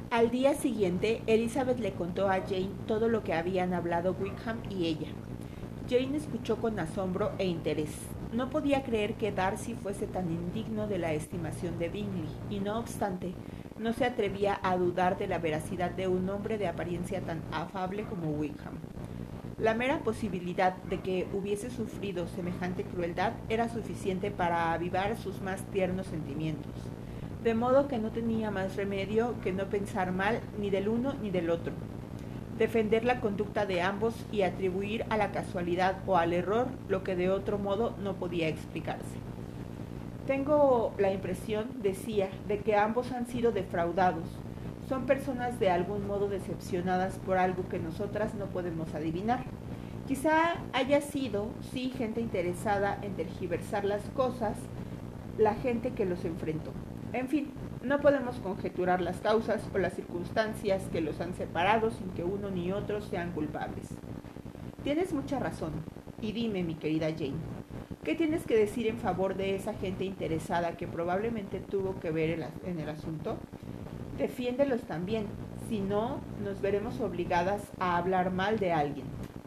Al día siguiente, Elizabeth le contó a Jane todo lo que habían hablado Wickham y ella. Jane escuchó con asombro e interés. No podía creer que Darcy fuese tan indigno de la estimación de Bingley, y no obstante, no se atrevía a dudar de la veracidad de un hombre de apariencia tan afable como Wickham. La mera posibilidad de que hubiese sufrido semejante crueldad era suficiente para avivar sus más tiernos sentimientos, de modo que no tenía más remedio que no pensar mal ni del uno ni del otro, defender la conducta de ambos y atribuir a la casualidad o al error lo que de otro modo no podía explicarse. Tengo la impresión, decía, de que ambos han sido defraudados. Son personas de algún modo decepcionadas por algo que nosotras no podemos adivinar. Quizá haya sido, sí, gente interesada en tergiversar las cosas, la gente que los enfrentó. En fin, no podemos conjeturar las causas o las circunstancias que los han separado sin que uno ni otro sean culpables. Tienes mucha razón. Y dime, mi querida Jane, ¿qué tienes que decir en favor de esa gente interesada que probablemente tuvo que ver en el asunto? Defiéndelos también, si no, nos veremos obligadas a hablar mal de alguien.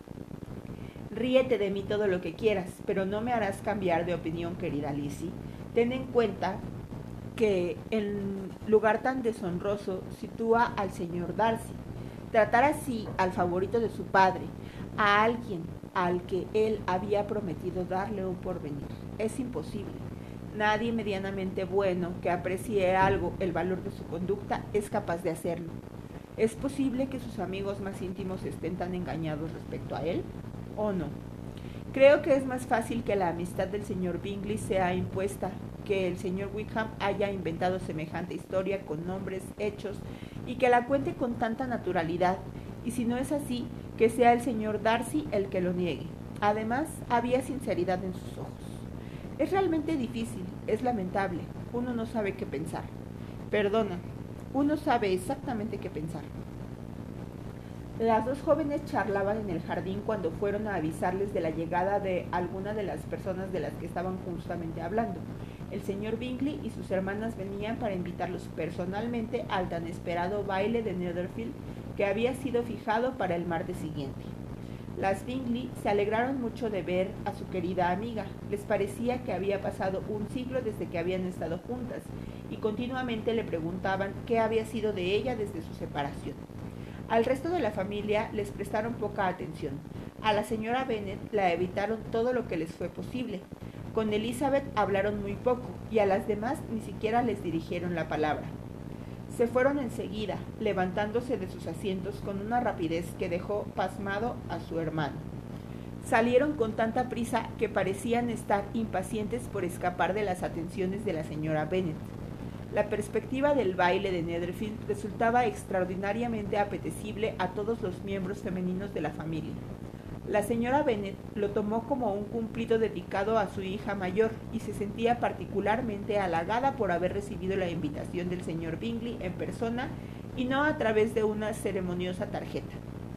Ríete de mí todo lo que quieras, pero no me harás cambiar de opinión, querida Lizzie. Ten en cuenta que en lugar tan deshonroso sitúa al señor Darcy. Tratar así al favorito de su padre, a alguien al que él había prometido darle un porvenir, es imposible. Nadie medianamente bueno que aprecie algo el valor de su conducta es capaz de hacerlo. ¿Es posible que sus amigos más íntimos estén tan engañados respecto a él? ¿O no? Creo que es más fácil que la amistad del señor Bingley sea impuesta, que el señor Wickham haya inventado semejante historia con nombres, hechos, y que la cuente con tanta naturalidad, y si no es así, que sea el señor Darcy el que lo niegue. Además, había sinceridad en sus ojos. Es realmente difícil, es lamentable, uno no sabe qué pensar. Perdona, uno sabe exactamente qué pensar. Las dos jóvenes charlaban en el jardín cuando fueron a avisarles de la llegada de alguna de las personas de las que estaban justamente hablando. El señor Bingley y sus hermanas venían para invitarlos personalmente al tan esperado baile de Netherfield que había sido fijado para el martes siguiente. Las Bingley se alegraron mucho de ver a su querida amiga. Les parecía que había pasado un siglo desde que habían estado juntas y continuamente le preguntaban qué había sido de ella desde su separación. Al resto de la familia les prestaron poca atención. A la señora Bennet la evitaron todo lo que les fue posible. Con Elizabeth hablaron muy poco y a las demás ni siquiera les dirigieron la palabra. Se fueron enseguida, levantándose de sus asientos con una rapidez que dejó pasmado a su hermano. Salieron con tanta prisa que parecían estar impacientes por escapar de las atenciones de la señora Bennet. La perspectiva del baile de Netherfield resultaba extraordinariamente apetecible a todos los miembros femeninos de la familia. La señora Bennet lo tomó como un cumplido dedicado a su hija mayor y se sentía particularmente halagada por haber recibido la invitación del señor Bingley en persona y no a través de una ceremoniosa tarjeta.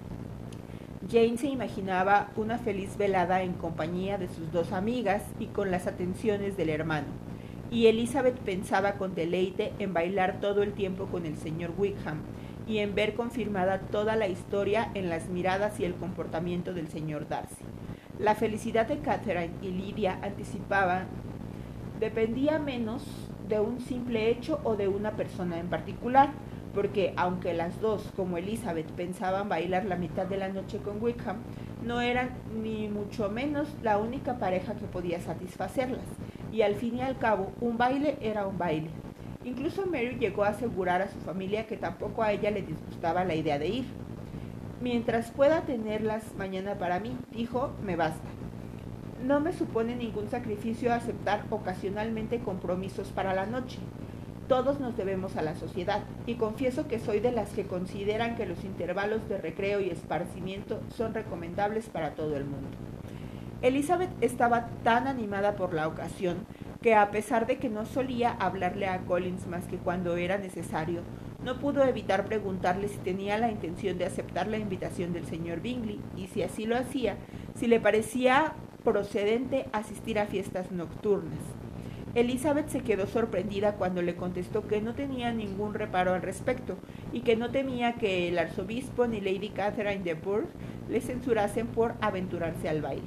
Jane se imaginaba una feliz velada en compañía de sus dos amigas y con las atenciones del hermano, y Elizabeth pensaba con deleite en bailar todo el tiempo con el señor Wickham y en ver confirmada toda la historia en las miradas y el comportamiento del señor Darcy. La felicidad de Catherine y Lydia anticipaban dependía menos de un simple hecho o de una persona en particular, porque aunque las dos, como Elizabeth, pensaban bailar la mitad de la noche con Wickham, no eran ni mucho menos la única pareja que podía satisfacerlas, y al fin y al cabo un baile era un baile. Incluso Mary llegó a asegurar a su familia que tampoco a ella le disgustaba la idea de ir. Mientras pueda tenerlas mañana para mí, dijo, me basta. No me supone ningún sacrificio aceptar ocasionalmente compromisos para la noche. Todos nos debemos a la sociedad, y confieso que soy de las que consideran que los intervalos de recreo y esparcimiento son recomendables para todo el mundo. Elizabeth estaba tan animada por la ocasión que, a pesar de que no solía hablarle a Collins más que cuando era necesario, no pudo evitar preguntarle si tenía la intención de aceptar la invitación del señor Bingley y, si así lo hacía, si le parecía procedente asistir a fiestas nocturnas. Elizabeth se quedó sorprendida cuando le contestó que no tenía ningún reparo al respecto y que no temía que el arzobispo ni Lady Catherine de Bourgh le censurasen por aventurarse al baile.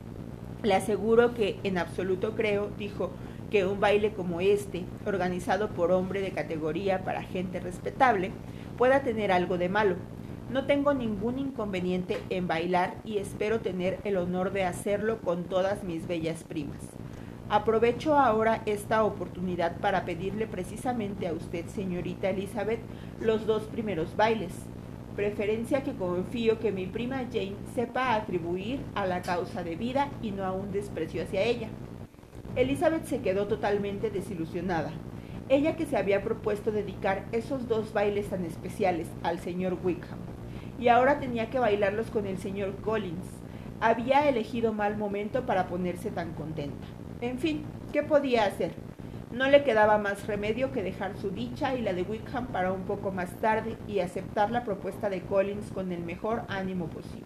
Le aseguro que en absoluto creo, dijo, que un baile como este, organizado por hombre de categoría para gente respetable, pueda tener algo de malo. No tengo ningún inconveniente en bailar y espero tener el honor de hacerlo con todas mis bellas primas. Aprovecho ahora esta oportunidad para pedirle precisamente a usted, señorita Elizabeth, los 2 primeros bailes, preferencia que confío que mi prima Jane sepa atribuir a la causa de vida y no a un desprecio hacia ella. Elizabeth se quedó totalmente desilusionada. Ella que se había propuesto dedicar esos 2 bailes tan especiales al señor Wickham, y ahora tenía que bailarlos con el señor Collins. Había elegido mal momento para ponerse tan contenta. En fin, ¿qué podía hacer? No le quedaba más remedio que dejar su dicha y la de Wickham para un poco más tarde y aceptar la propuesta de Collins con el mejor ánimo posible.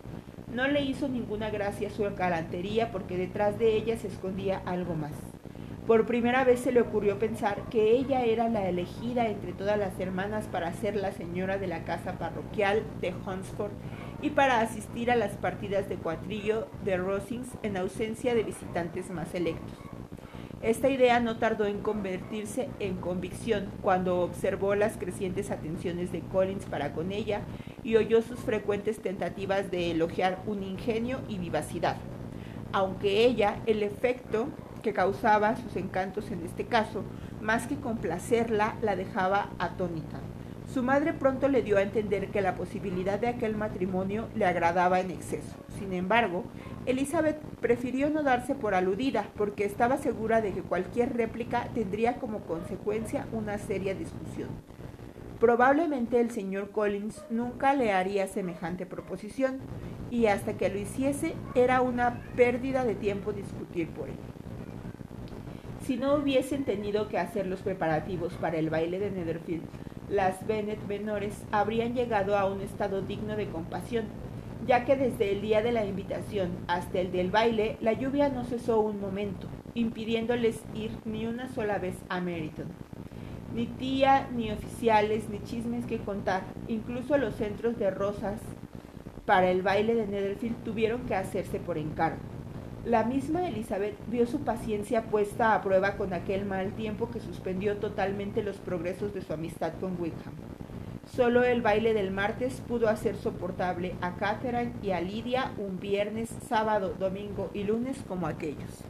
No le hizo ninguna gracia su galantería porque detrás de ella se escondía algo más. Por primera vez se le ocurrió pensar que ella era la elegida entre todas las hermanas para ser la señora de la casa parroquial de Hunsford y para asistir a las partidas de cuatrillo de Rosings en ausencia de visitantes más selectos. Esta idea no tardó en convertirse en convicción cuando observó las crecientes atenciones de Collins para con ella y oyó sus frecuentes tentativas de elogiar un ingenio y vivacidad. Aunque ella, el efecto que causaba sus encantos en este caso, más que complacerla, la dejaba atónita. Su madre pronto le dio a entender que la posibilidad de aquel matrimonio le agradaba en exceso. Sin embargo, Elizabeth prefirió no darse por aludida, porque estaba segura de que cualquier réplica tendría como consecuencia una seria discusión. Probablemente el señor Collins nunca le haría semejante proposición, y hasta que lo hiciese era una pérdida de tiempo discutir por él. Si no hubiesen tenido que hacer los preparativos para el baile de Netherfield, las Bennet menores habrían llegado a un estado digno de compasión, ya que desde el día de la invitación hasta el del baile la lluvia no cesó un momento, impidiéndoles ir ni una sola vez a Meryton. Ni tía, ni oficiales, ni chismes que contar, incluso los centros de rosas para el baile de Netherfield tuvieron que hacerse por encargo. La misma Elizabeth vio su paciencia puesta a prueba con aquel mal tiempo que suspendió totalmente los progresos de su amistad con Wickham. Solo el baile del martes pudo hacer soportable a Catherine y a Lydia un viernes, sábado, domingo y lunes como aquellos.